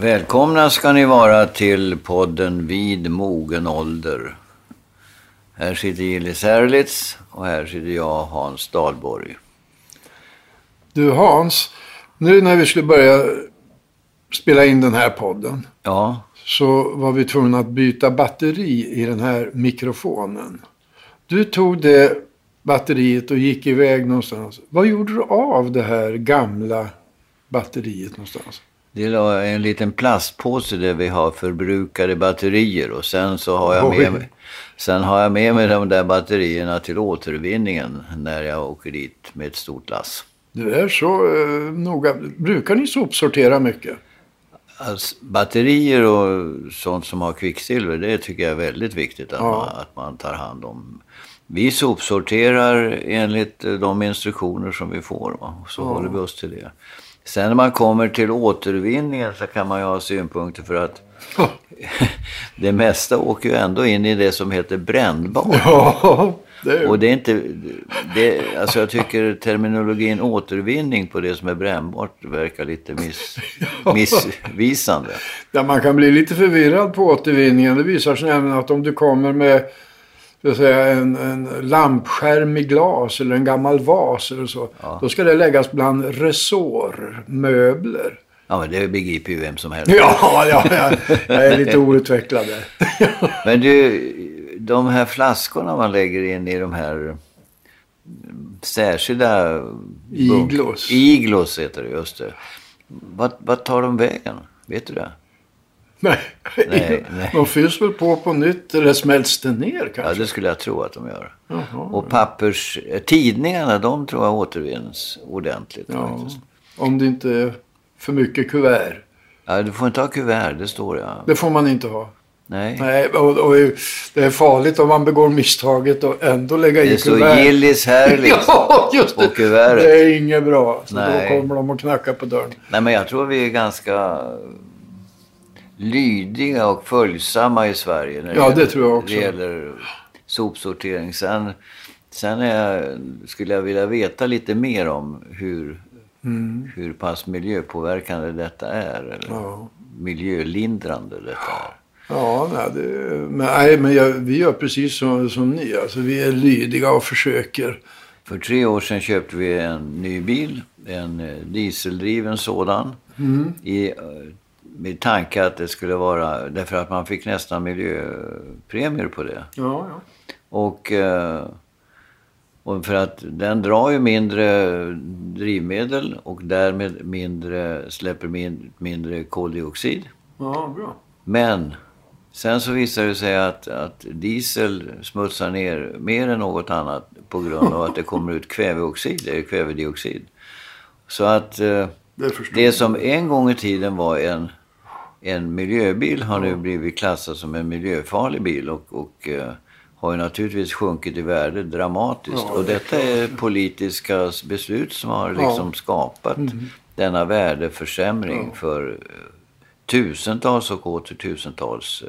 Välkomna ska ni vara till podden Vid mogen ålder. Här sitter Gillis Herlitz och här sitter jag, Hans Dahlborg. Du Hans, nu när vi skulle börja spela in den här podden så var vi tvungna att byta batteri i den här mikrofonen. Du tog det batteriet och gick iväg någonstans. Vad gjorde du av det här gamla batteriet någonstans? Det är en liten plastpåse där vi har förbrukade batterier och sen så har jag med mig de där batterierna till återvinningen när jag åker dit med ett stort lass. Du är så noga. Brukar ni sopsortera mycket? Alltså, batterier och sånt som har kvicksilver, det tycker jag är väldigt viktigt att man tar hand om. Vi sopsorterar enligt de instruktioner som vi får, och så håller vi oss till det. Sen när man kommer till återvinningen så kan man ju ha synpunkter för att det mesta åker ju ändå in i det som heter brännbart. Ja, och det är inte... alltså jag tycker terminologin återvinning på det som är brännbart verkar lite missvisande. Ja, man kan bli lite förvirrad på återvinningen. Det visar sig nämligen att om du kommer med en lampskärm i glas eller en gammal vas eller så, då ska det läggas bland resårmöbler. Ja, men det begriper ju vem som helst. Ja, jag är lite outvecklad där. Men du, de här flaskorna man lägger in i de här särskilda... Iglos heter det, just det. Vad tar de vägen? Vet du det? Nej. De fylls väl på nytt eller smälts det ner kanske? Ja, det skulle jag tro att de gör. Jaha, och tidningarna, de tror jag återvinns ordentligt faktiskt. Om det inte är för mycket kuvert. Ja, du får inte ha kuvert, det står jag. Det får man inte ha. Nej, och det är farligt om man begår misstaget och ändå lägga i kuvert. Det är så Gillis Herlitz på kuvertet. Det är inget bra, så Nej. då kommer de att knacka på dörren. Nej, men jag tror vi är ganska lydiga och följsamma i Sverige när det tror jag också. Det gäller sopsortering. Sen skulle jag vilja veta lite mer om hur pass miljöpåverkande detta är eller miljölindrande detta är. Ja, vi gör precis som ni. Alltså, vi är lydiga och försöker. För 3 år sedan köpte vi en ny bil, en dieseldriven sådan, med tanke att det skulle vara, därför att man fick nästan miljöpremier på det. Ja. Och för att den drar ju mindre drivmedel och därmed släpper mindre koldioxid. Ja, bra. Men sen så visar det sig att diesel smutsar ner mer än något annat på grund av att det kommer ut kvävedioxid. Så att det som en gång i tiden var en miljöbil har nu blivit klassad som en miljöfarlig bil och har ju naturligtvis sjunkit i värde dramatiskt. Och detta är politiska beslut som har liksom skapat denna värdeförsämring för tusentals och åter tusentals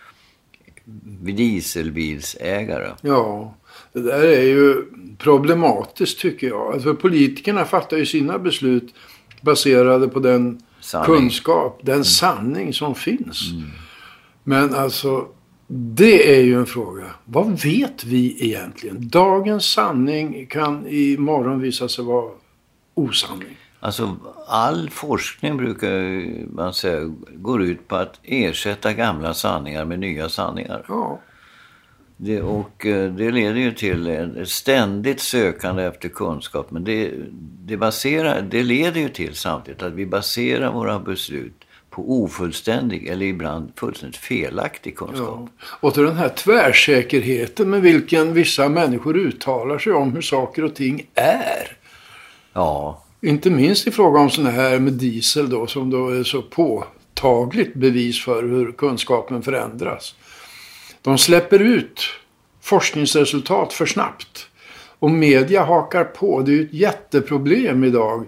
dieselbilsägare. Ja, det där är ju problematiskt tycker jag. Alltså politikerna fattar ju sina beslut baserade på den kunskap, den sanning som finns. Men alltså, det är ju en fråga. Vad vet vi egentligen? Dagens sanning kan imorgon visa sig vara osanning. Alltså all forskning brukar man säga går ut på att ersätta gamla sanningar med nya sanningar. Ja. Det leder ju till ett ständigt sökande efter kunskap. Men det leder ju till samtidigt att vi baserar våra beslut på ofullständig eller ibland fullständigt felaktig kunskap. Ja. Och till den här tvärsäkerheten med vilken vissa människor uttalar sig om hur saker och ting är. Ja. Inte minst i fråga om såna här med diesel då, som då är så påtagligt bevis för hur kunskapen förändras. De släpper ut forskningsresultat för snabbt. Och media hakar på. Det är ju ett jätteproblem idag.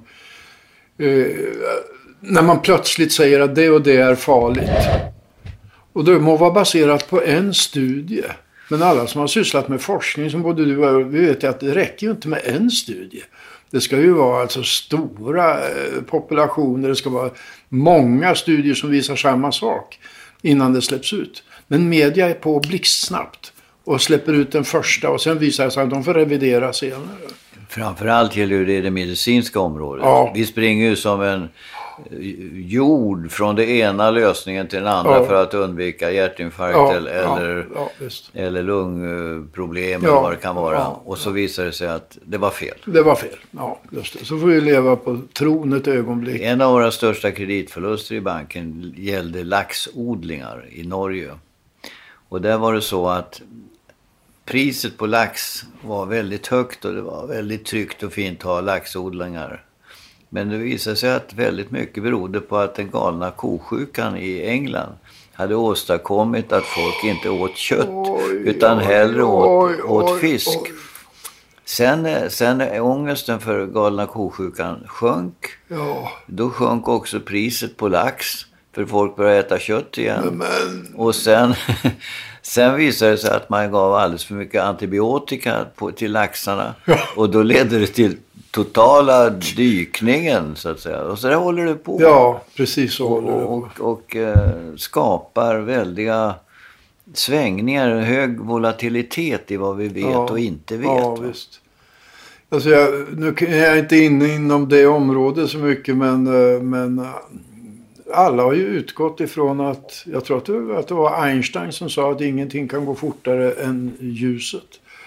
När man plötsligt säger att det och det är farligt. Och det må vara baserat på en studie. Men alla som har sysslat med forskning som både du och jag, vi vet ju att det räcker ju inte med en studie. Det ska ju vara alltså stora populationer. Det ska vara många studier som visar samma sak innan det släpps ut. Men media är på blixtsnabbt och släpper ut den första och sen visar det sig att de får revidera senare. Framförallt gäller det medicinska området. Ja. Vi springer ju som en jord från det ena lösningen till den andra för att undvika hjärtinfarkt eller lungproblem eller vad det kan vara. Och så visar det sig att det var fel. Det var fel, ja just det. Så får vi leva på tron ett ögonblick. En av våra största kreditförluster i banken gällde laxodlingar i Norge. Och där var det så att priset på lax var väldigt högt och det var väldigt tryggt och fint att ha laxodlingar. Men det visade sig att väldigt mycket berodde på att den galna kosjukan i England hade åstadkommit att folk inte åt kött utan hellre åt fisk. Sen ångesten för galna kosjukan sjönk. Då sjönk också priset på lax för folk började äta kött igen. Och sen visade det sig att man gav alldeles för mycket antibiotika till laxarna. Och då ledde det till totala dykningen så att säga. Och så där håller det på. Ja, precis så. Och skapar väldiga svängningar, hög volatilitet i vad vi vet och inte vet. Ja, visst. Alltså nu är jag inte inne inom det området så mycket men alla har ju utgått ifrån att, jag tror att det var Einstein som sa att ingenting kan gå fortare än ljuset.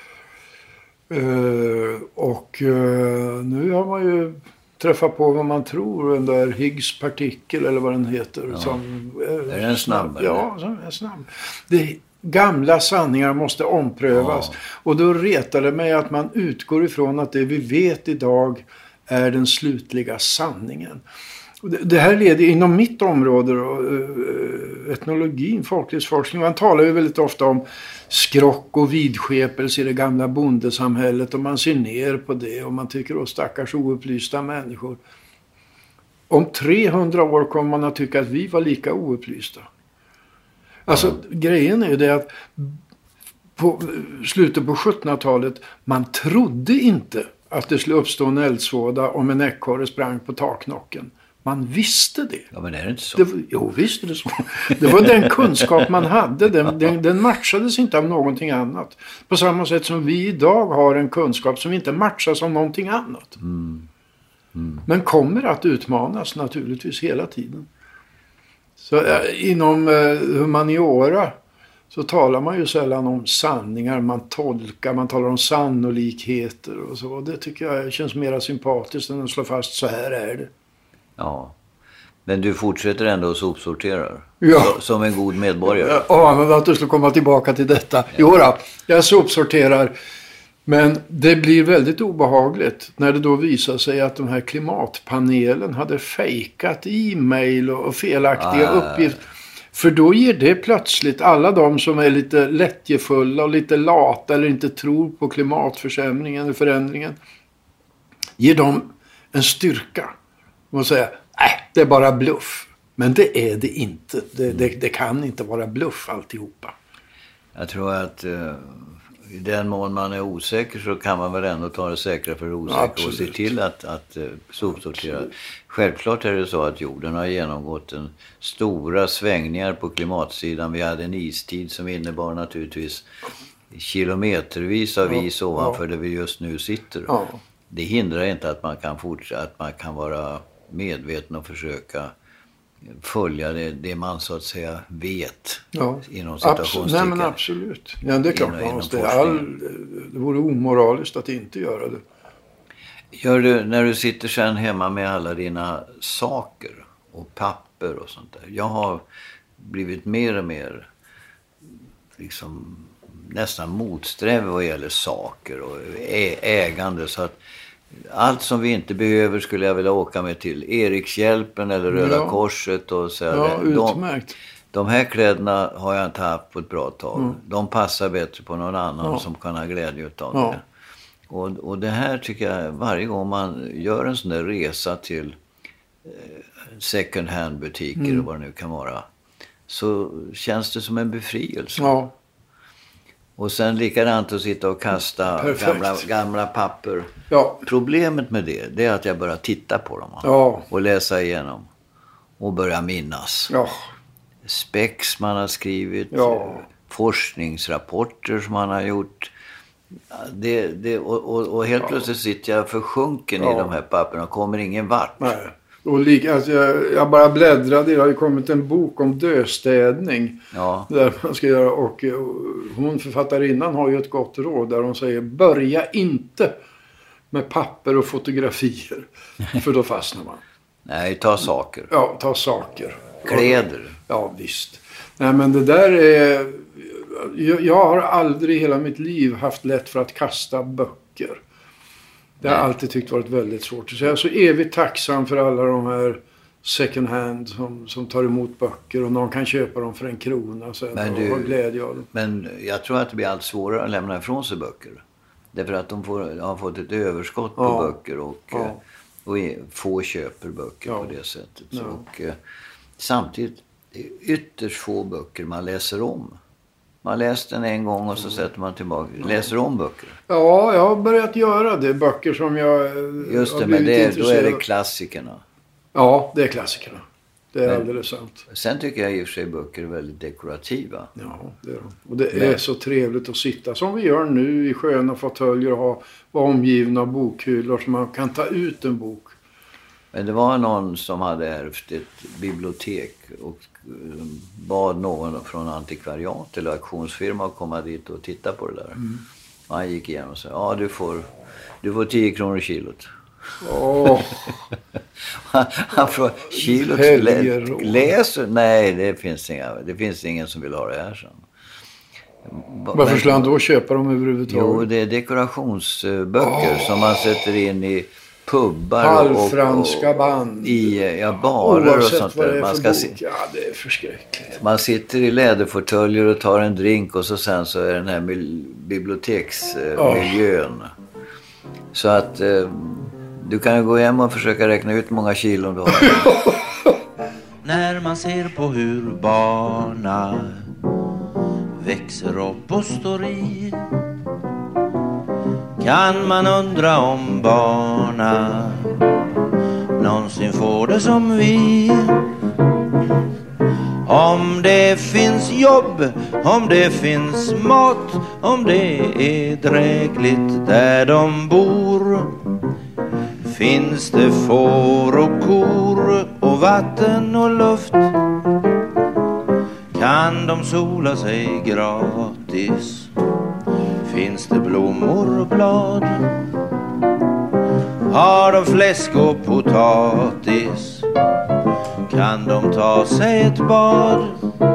Nu har man ju träffat på vad man tror, den där Higgs partikel eller vad den heter. Ja. Som är den snabb? Ja, som är snabb. Gamla sanningar måste omprövas. Ja. Och då retar det mig att man utgår ifrån att det vi vet idag är den slutliga sanningen. Det här leder inom mitt område då, etnologin, folklivsforskning. Man talar ju väldigt ofta om skrock och vidskepelse i det gamla bondesamhället och man ser ner på det och man tycker att stackars oupplysta människor. Om 300 år kommer man att tycka att vi var lika oupplysta. Alltså grejen är ju det att på slutet på 1700-talet man trodde inte att det skulle uppstå en eldsvåda om en ekorre sprang på taknocken. Man visste det. Ja, men är det inte så? Visst är det så. Det var den kunskap man hade. Den matchades inte av någonting annat. På samma sätt som vi idag har en kunskap som inte matchas av någonting annat. Men kommer att utmanas naturligtvis hela tiden. Så inom humaniora så talar man ju sällan om sanningar. Man tolkar, man talar om sannolikheter och så. Det tycker jag känns mer sympatiskt än att slå fast så här är det. Ja, men du fortsätter ändå att sopsortera som en god medborgare. Ja, men att du skulle komma tillbaka till detta. Ja. Jo då, jag sopsorterar. Men det blir väldigt obehagligt när det då visar sig att de här klimatpanelen hade fejkat e-mail och felaktiga uppgifter. För då ger det plötsligt alla de som är lite lättjefulla och lite lata eller inte tror på klimatförsämringen eller förändringen. Ger dem en styrka. Och säga, det är bara bluff. Men det är det inte. Det kan inte vara bluff alltihopa. Jag tror att i den mån man är osäker så kan man väl ändå ta det säkra för osäker. Absolut. Och se till att sopsortera. Självklart är det så att jorden har genomgått en stora svängningar på klimatsidan. Vi hade en istid som innebar naturligtvis kilometervis av is ovanför där vi just nu sitter. Ja. Det hindrar inte att man kan fortsätta, att man kan vara medveten och försöka följa det man så att säga vet inom citationstecken. Nej men absolut. Ja, det är klart man måste. Det vore omoraliskt att inte göra det. Gör du, när du sitter sen hemma med alla dina saker och papper och sånt där. Jag har blivit mer och mer liksom nästan motsträvig vad gäller saker och ägande så att allt som vi inte behöver skulle jag vilja åka med till Erikshjälpen eller Röda Korset och så här. Ja, utmärkt. De här kläderna har jag inte haft på ett bra tag. De passar bättre på någon annan som kan ha glädje av det. Och det här tycker jag, varje gång man gör en sån där resa till second hand butiker och vad det nu kan vara, så känns det som en befrielse. Ja. Och sen likadant att sitta och kasta gamla papper. Ja. Problemet med det är att jag börjar titta på dem. Och läsa igenom. Och börja minnas. Ja. Spex man har skrivit. Ja. Forskningsrapporter som man har gjort. Och helt plötsligt sitter jag försjunken i de här papperna och kommer ingen vart. Nej. Och jag bara bläddrade. Det har ju kommit en bok om döstädning. Ja. Där man ska göra, och hon författarinnan har ju ett gott råd där hon säger: börja inte med papper och fotografier. För då fastnar man. Nej, ta saker. Ja, ta saker. Kläder. Ja, visst. Nej, men det där är... Jag har aldrig i hela mitt liv haft lätt för att kasta böcker. Det har alltid tyckt varit väldigt svårt. Så jag är så evigt tacksam för alla de här second hand som tar emot böcker. Och någon kan köpa dem för 1 krona sen och ha glädje av dem. Men jag tror att det blir allt svårare att lämna ifrån sig böcker. Därför att de har fått ett överskott på böcker. Och få köper böcker på det sättet. Ja. Och samtidigt är det ytterst få böcker man läser om. Man läste den en gång och så sätter man tillbaka. Läser om böcker? Ja, jag har börjat göra det. Böcker som jag just det, men då är det klassikerna. Ja, det är klassikerna. Det är alldeles sant. Sen tycker jag i och för sig böcker är väldigt dekorativa. Ja, det är de. Och det är så trevligt att sitta som vi gör nu i sköna fåtöljer och vara omgivna av bokhyllor så man kan ta ut en bok. Men det var någon som hade ärvt ett bibliotek och bad någon från antikvariat eller auktionsfirma att komma dit och titta på det där. Mm. Och han gick igenom och sa, du får 10 kronor kilot. Han frågade, kilot läser? Nej, det finns ingen som vill ha det här. Varför skulle han då köpa dem överhuvudtaget? Jo, det är dekorationsböcker som man sätter in i pubbar halvfranska band i barer och sånt där. Ja, det är förskräckligt. Man sitter i läderfåtöljer och tar en drink och sen så är den här biblioteksmiljön. Så att du kan ju gå hem och försöka räkna ut hur många kilon du har. När man ser på hur barna växer upp och står i, kan man undra om barna någonsin får det som vi. Om det finns jobb, om det finns mat, om det är drägligt där de bor. Finns det får och kor och vatten och luft, kan de sola sig gratis. Finns det blommor och blad, har de fläsk och potatis, kan de ta sig ett bad.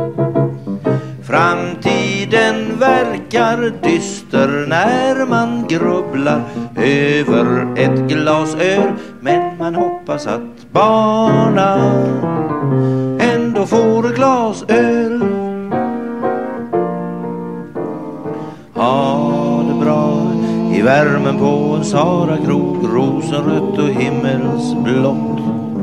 Framtiden verkar dyster när man grubblar över ett glas öl, men man hoppas att barna ändå får ett glas öl. Ha det bra i värmen på en Sara-krog, rosenrött och himmelsblått.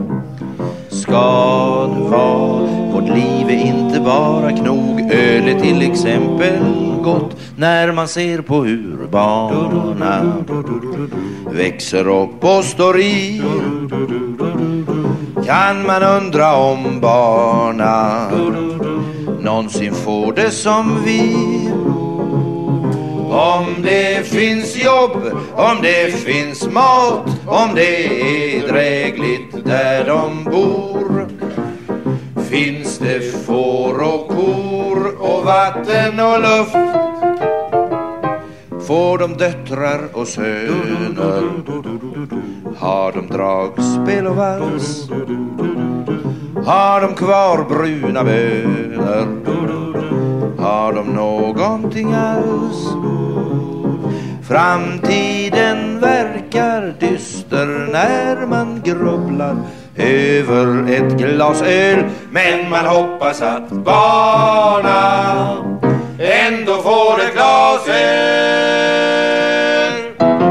Ska det vara, vårt liv är inte bara knog, öl är till exempel gott. När man ser på hur barna växer upp och står i, kan man undra om barna någonsin får det som vi. Om det finns jobb, om det finns mat, om det är drägligt där de bor. Finns det får och kor och vatten och luft. Får de döttrar och söner, har de dragspel och vals, har de kvar bruna bönor, har de någonting alls. Framtiden verkar dyster när man grubblar över ett glas öl, men man hoppas att barna ändå får ett glas öl.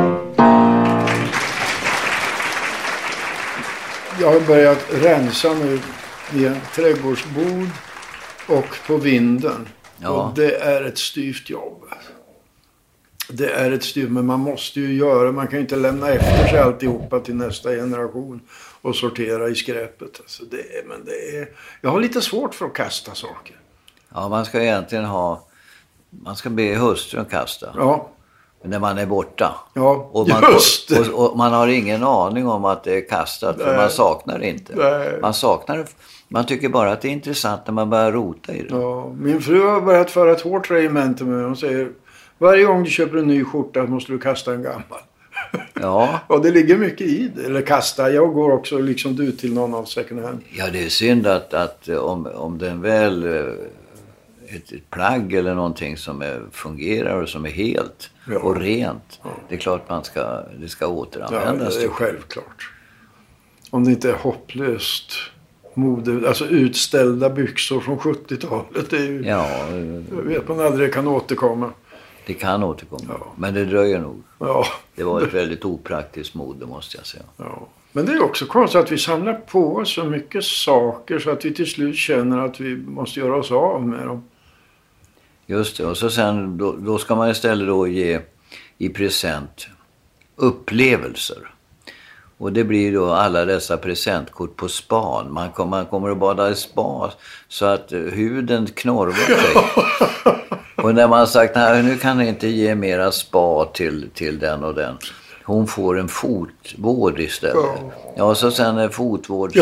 Jag har börjat rensa nu i en trädgårdsbod och på vinden. Ja. Och det är ett styvt jobb. Det är ett styvt, men man måste ju göra. Man kan ju inte lämna efter sig alltihopa till nästa generation och sortera i skräpet. Alltså jag har lite svårt för att kasta saker. Ja, man ska egentligen man ska be hustrun kasta. Ja. När man är borta. Ja, och man har ingen aning om att det är kastat. För man saknar det inte. Nej. Man tycker bara att det är intressant när man börjar rota i det. Ja, min fru har börjat föra ett hårt regemente med. Hon säger, varje gång du köper en ny skjorta måste du kasta en gammal. Ja. Och det ligger mycket i det. Eller kasta. Jag går också liksom du till någon av second hand. Ja, det är synd att om den väl ett plagg eller någonting som fungerar och som är helt och rent. Ja. Det är klart det ska återanvändas. Ja, det är självklart. Om det inte är hopplöst mode, alltså utställda byxor från 70-talet. Det är ju, jag vet man aldrig kan återkomma. Det kan återkomma, men det dröjer nog. Ja. Det var ett väldigt opraktiskt mode, måste jag säga. Ja. Men det är också konstigt att vi samlar på så mycket saker så att vi till slut känner att vi måste göra oss av med dem. Just det, och så sen då ska man istället då ge i present upplevelser. Och det blir då alla dessa presentkort på span. Man kommer att bada i spa så att huden knorvar sig. Och när man har sagt, nej, nu kan jag inte ge mera spa till den och den. Hon får en fotvård istället. Ja, så sen är fotvårds...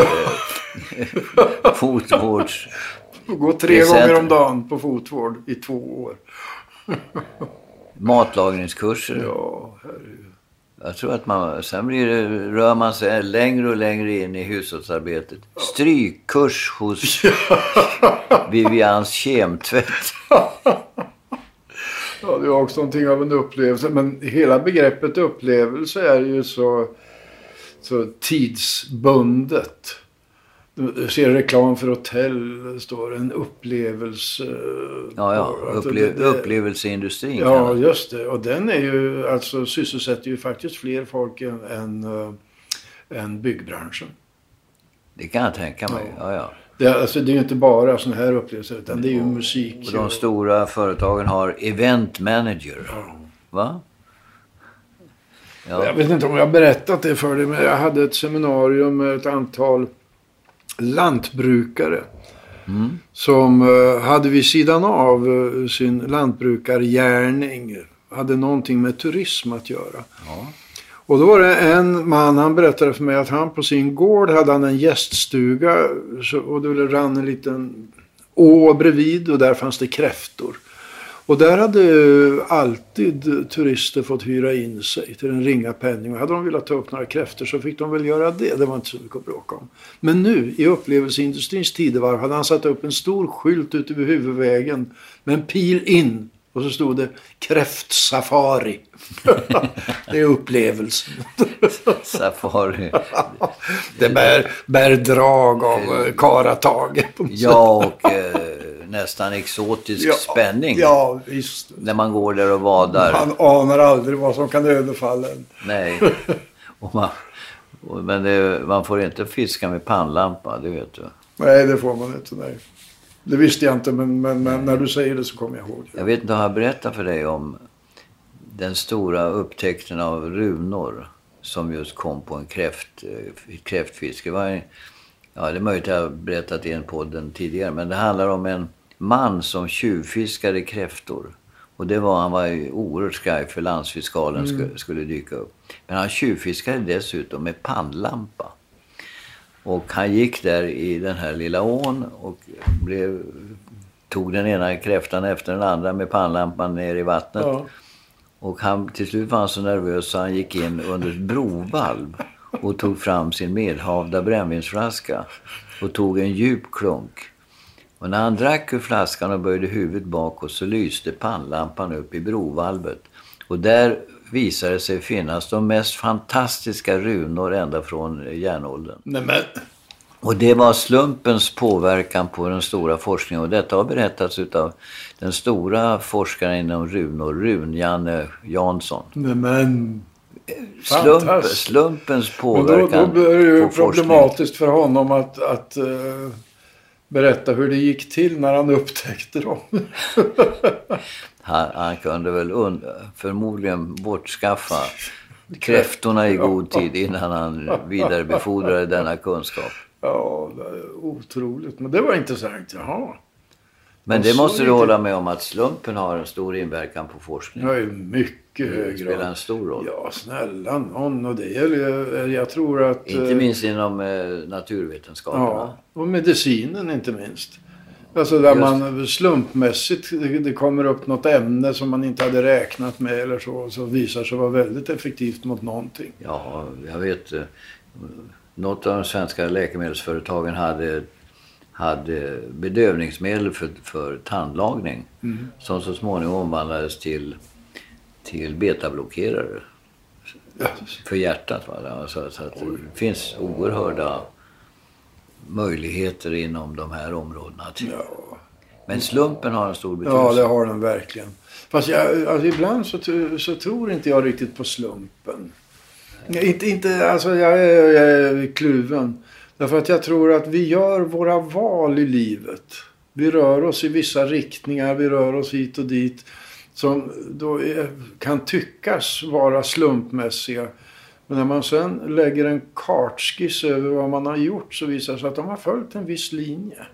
fotvårds... Gå 3 gånger om dagen på fotvård i 2 år. Matlagningskurser. Ja, herregud. Jag tror att sen rör man sig längre och längre in i hushållsarbetet. Strykkurs hos Vivians kemtvätt. Ja, det är också någonting av en upplevelse. Men hela begreppet upplevelse är ju så tidsbundet. Du ser reklam för hotell, det står en upplevelse. Upplevelseindustrin. Ja, just det. Och den är ju, alltså sysselsätter ju faktiskt fler folk än byggbranschen. Det kan jag tänka mig, ja. Det är ju inte bara såna här upplevelser, utan det är ju musik. Och de stora företagen har event manager. Ja. Va? Ja. Jag vet inte om jag har berättat det för dig, men jag hade ett seminarium med ett antal lantbrukare som hade vid sidan av sin lantbrukargärning hade någonting med turism att göra. Ja. Och då var det en man, han berättade för mig att han på sin gård hade han en gäststuga och det rann en liten å bredvid och där fanns det kräftor. Och där hade alltid turister fått hyra in sig till en ringa penning. Och hade de velat ta upp några kräftor så fick de väl göra det. Det var inte så mycket att bråka om. Men nu, i upplevelseindustrins tidevarv, hade han satt upp en stor skylt ute vid huvudvägen med en pil in. Och så stod det kräftsafari. Det är upplevelsen. Safari. Det bär drag av karatag. Ja, och nästan exotisk spänning. Ja, visst. När man går där och vadar. Man anar aldrig vad som kan överfalla en. Nej. Man får inte fiska med pannlampa, det vet du. Nej, det får man inte, nej. Det visste jag inte, men när du säger det så kommer jag ihåg det. Jag vet inte om jag berättar för dig om den stora upptäckten av runor som just kom på en kräftfiske. Det är möjligt att jag har berättat i en podden tidigare, men det handlar om en man som tjuvfiskade kräftor. Och han var ju oerhört skraj för landsfiskalen skulle dyka upp. Men han tjuvfiskade dessutom med pannlampa. Och han gick där i den här lilla ån och tog den ena kräftan efter den andra med pannlampan ner i vattnet. Ja. Och till slut var han så nervös så han gick in under ett brovalv och tog fram sin medhavda brännvinsflaska och tog en djup klunk. Och när han drack ur flaskan och böjde huvudet bakåt så lyste pannlampan upp i brovalvet. Och där visade sig finnas de mest fantastiska runor ända från järnåldern. Nämen. Och det var slumpens påverkan på den stora forskningen. Och detta har berättats av den stora forskaren inom runor, Janne Jansson. Nämen. Slumpens påverkan. Men då blir det ju problematiskt för honom att berätta hur det gick till när han upptäckte dem. Han kunde väl förmodligen bortskaffa kräftorna i god tid innan han vidarebefordrade denna kunskap. Ja, det är otroligt. Men det var intressant, jaha. Men det måste du hålla med om att slumpen har en stor inverkan på forskning. Ja, mycket högre. Det spelar en stor roll. Ja, snälla någon. Och det gäller, jag tror att... Inte minst inom naturvetenskaperna. Ja, och medicinen inte minst. Alltså där man slumpmässigt, det kommer upp något ämne som man inte hade räknat med eller så visar sig vara väldigt effektivt mot någonting. Ja, jag vet. Något av de svenska läkemedelsföretagen hade bedövningsmedel för tandlagning som så småningom omvandlades till betablockerare för hjärtat. Så att det finns oerhörda möjligheter inom de här områdena. Ja. Men slumpen har en stor betydelse. Ja, det har den verkligen. Fast ibland så tror inte jag riktigt på slumpen. Alltså jag är kluven. Därför att jag tror att vi gör våra val i livet. Vi rör oss i vissa riktningar, vi rör oss hit och dit. Som då kan tyckas vara slumpmässiga. Men när man sen lägger en kartskiss över vad man har gjort så visar det sig att de har följt en viss linje.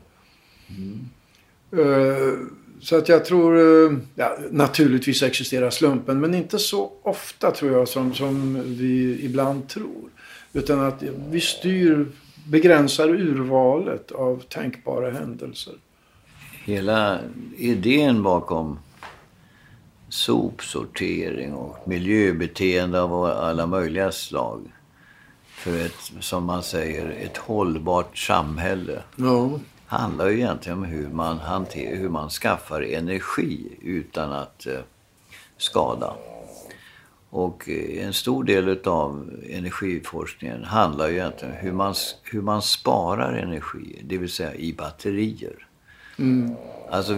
Så att jag tror, naturligtvis existerar slumpen, men inte så ofta tror jag som vi ibland tror. Utan att vi begränsar urvalet av tänkbara händelser. Hela idén bakom sopsortering och miljöbeteende av alla möjliga slag för som man säger, ett hållbart samhälle. Ja. Handlar ju egentligen om hur man skaffar energi utan att skada. Och en stor del av energiforskningen handlar ju egentligen om hur man sparar energi, det vill säga i batterier. Alltså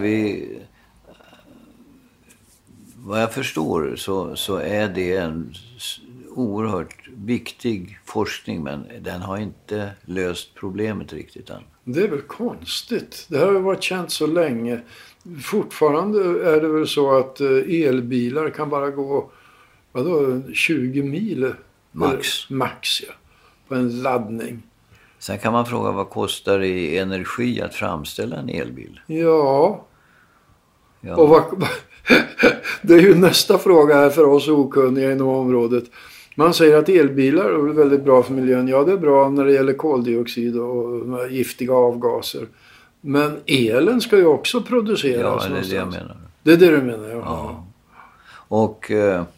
vad jag förstår så är det en oerhört viktig forskning, men den har inte löst problemet riktigt än. Det är väl konstigt. Det har varit känt så länge. Fortfarande är det väl så att elbilar kan bara gå 20 mil max ja, på en laddning. Sen kan man fråga vad kostar det i energi att framställa en elbil? Ja. Och det är ju nästa fråga här för oss okunniga inom området. Man säger att elbilar är väldigt bra för miljön. Ja, det är bra när det gäller koldioxid och giftiga avgaser. Men elen ska ju också produceras. Ja, det är det jag menar. Det är det du menar, ja. Och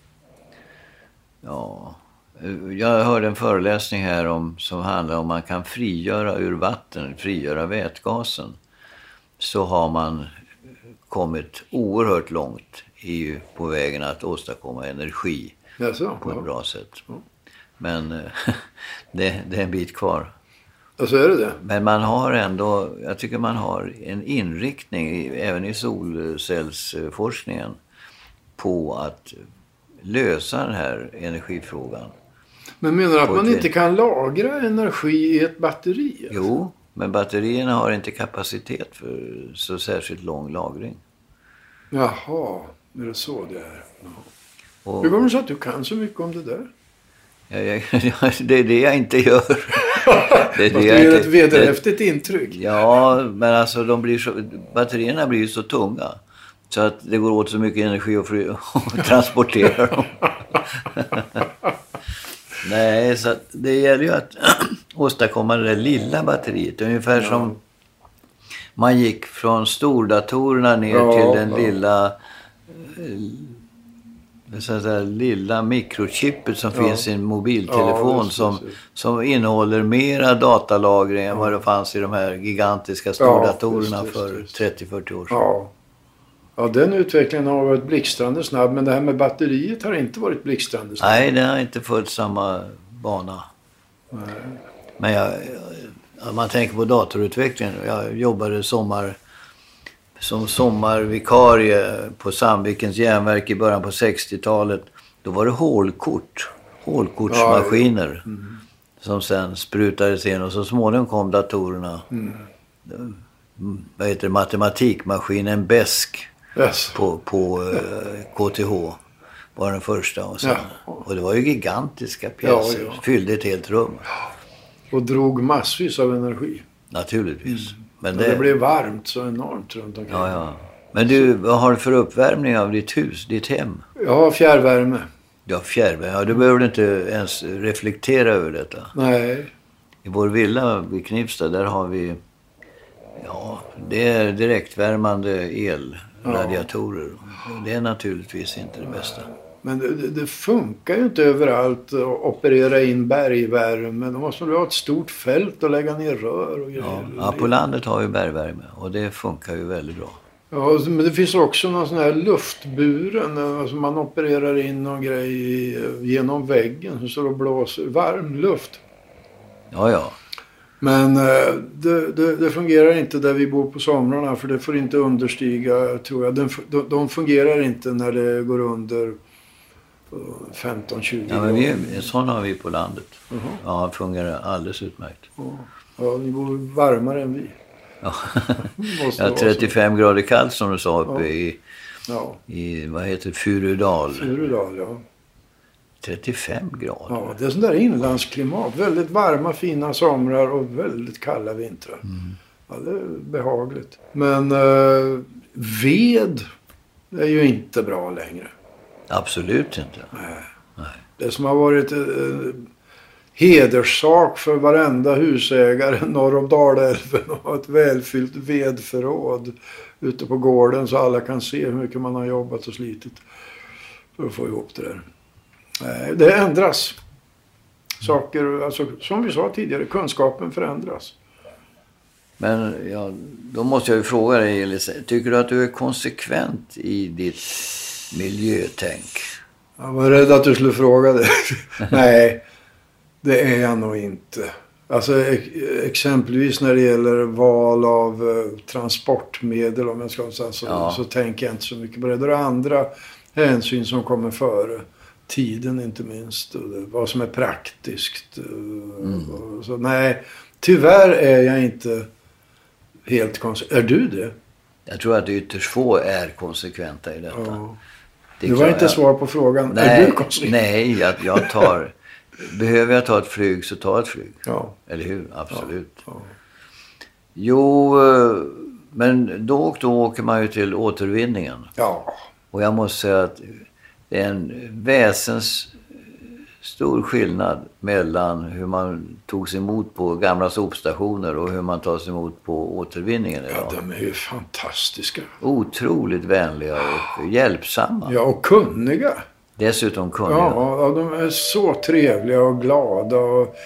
jag hörde en föreläsning här som handlar om man kan frigöra ur vatten, frigöra vätgasen. Så har man kommit oerhört långt på vägen att åstadkomma energi på ett bra sätt. Ja. Men det är en bit kvar. Och så är det. Men man har ändå, jag tycker man har en inriktning även i solcellsforskningen på att lösa den här energifrågan. Men menar du att man inte kan lagra energi i ett batteri? Jo, men batterierna har inte kapacitet för så särskilt lång lagring. Jaha, är det så det är? Ja. Hur kommer det så att du kan så mycket om det där? Det är det jag inte gör. Det är ett vederhäftigt intryck. Ja, men alltså batterierna blir ju så tunga. Så att det går åt så mycket energi att transportera dem. Nej, så det gäller ju att åstadkomma det där lilla batteriet. Ungefär som man gick från stordatorerna ner till den lilla mikrochippet som finns i en mobiltelefon som innehåller mera datalagring än vad det fanns i de här gigantiska stordatorerna för 30-40 år sedan. Ja, den utvecklingen har varit blixtrande snabb, men det här med batteriet har inte varit blixtrande snabb. Nej, den har inte följt samma bana. Nej. Men om man tänker på datorutvecklingen, jag jobbade som sommarvikarie på Sandvikens järnverk i början på 60-talet. Då var det hålkortsmaskiner som sen sprutades in och så småningom kom datorerna. vad heter det, matematikmaskinen Besk på KTH var den första. Och det var ju gigantiska pjäser. Fyllde ett helt rum. Och drog massvis av energi. Naturligtvis. Men det blev varmt så enormt runt omkring. Ja. Men du, vad har du för uppvärmning av ditt hus, ditt hem? Jag har fjärrvärme. Ja, fjärrvärme. Ja, du behöver inte ens reflektera över detta. Nej. I vår villa vid Knivsta, där har vi... Ja, det är direktvärmande elradiatorer. Ja. Det är naturligtvis inte det bästa. Men det funkar ju inte överallt att operera in bergvärme. Då måste du ha ett stort fält och lägga ner rör och grejer. Ja, på landet har vi bergvärme och det funkar ju väldigt bra. Ja, men det finns också någon sån här luftburen. Alltså man opererar in någon grej genom väggen så det blåser varm luft. Ja. Men det fungerar inte där vi bor på somrarna för det får inte understiga, tror jag. De fungerar inte när det går under 15-20 grader. Ja, men sån har vi på landet. Ja, det fungerar alldeles utmärkt. Ja, ni bor varmare än vi. Ja, 35 grader kallt som du sa uppe i vad heter Furudal. Furudal, ja. 35 grader. Ja, det är sån där inlandsklimat. Väldigt varma, fina somrar och väldigt kalla vintrar. Ja, det är behagligt. Men ved är ju inte bra längre. Absolut inte. Nej. Det som har varit hederssak för varenda husägare norr om Dalälven och ett välfyllt vedförråd ute på gården så alla kan se hur mycket man har jobbat och slitit för att få ihop det där. Nej, det ändras. Saker, alltså, som vi sa tidigare, kunskapen förändras. Men då måste jag ju fråga dig, Elisa, tycker du att du är konsekvent i ditt miljötänk? Jag var rädd att du skulle fråga det. Nej, det är jag nog inte. Alltså exempelvis när det gäller val av transportmedel, om jag ska säga så tänker jag inte så mycket på det. Det är andra hänsyn som kommer före. Tiden inte minst. Och vad som är praktiskt. Och så, nej, tyvärr är jag inte helt konsekvent. Är du det? Jag tror att ytterst få är konsekventa i detta. Ja. Det var inte svar på frågan. Nej, är du konsekvent? Nej, jag tar... Behöver jag ta ett flyg så ta ett flyg. Ja. Eller hur? Absolut. Ja. Jo, men då och då åker man ju till återvinningen. Ja. Och jag måste säga att det är en väsens stor skillnad mellan hur man togs emot på gamla sopstationer och hur man tas emot på återvinningen idag. Ja, de är ju fantastiska. Otroligt vänliga och hjälpsamma. Ja, och kunniga. Dessutom kunniga. Ja, de är så trevliga och glada.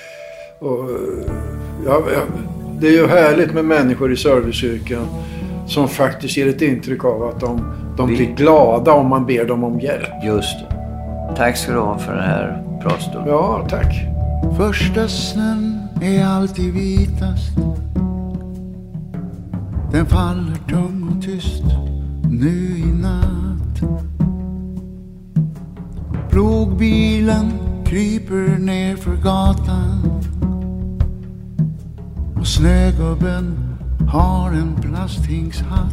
Det är ju härligt med människor i serviceyrken som faktiskt ger ett intryck av att de blir glada om man ber dem om hjälp. Just det. Tack ska du ha för den här pratstunden. Ja, tack. Första snön är alltid vitast. Den faller tung och tyst nu i natt. Plogbilen kryper ner för gatan och snögubben har en plasthingshatt.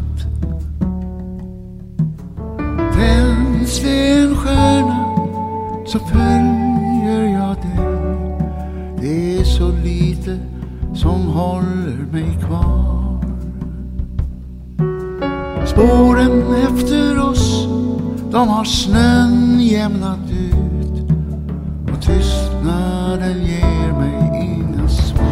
Tänds det en stjärna så följer jag dig. Det är så lite som håller mig kvar. Spåren efter oss, de har snön jämnat ut och tystnaden ger mig inga svar.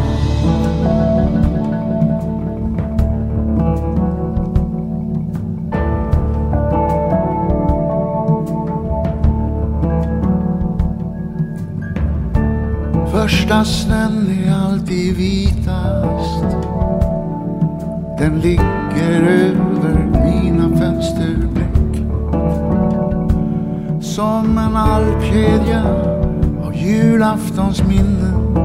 Första snön är alltid vitast. Den ligger över mina fönsterbläck som en alpkedja av julaftons minnen,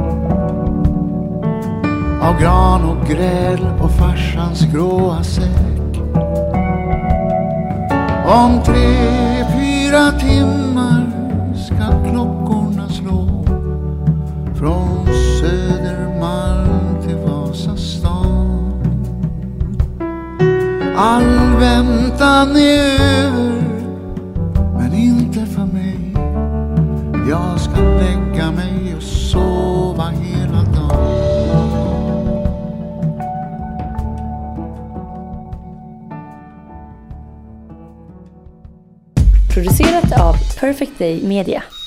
av gran och gräl och farsans gråa säck. Om 3-4 timmar ska klockorna slå från Södermalm till Vasastan. All väntan är över, men inte för mig. Jag ska lägga mig och sova hela dagen. Producerat av Perfect Day Media.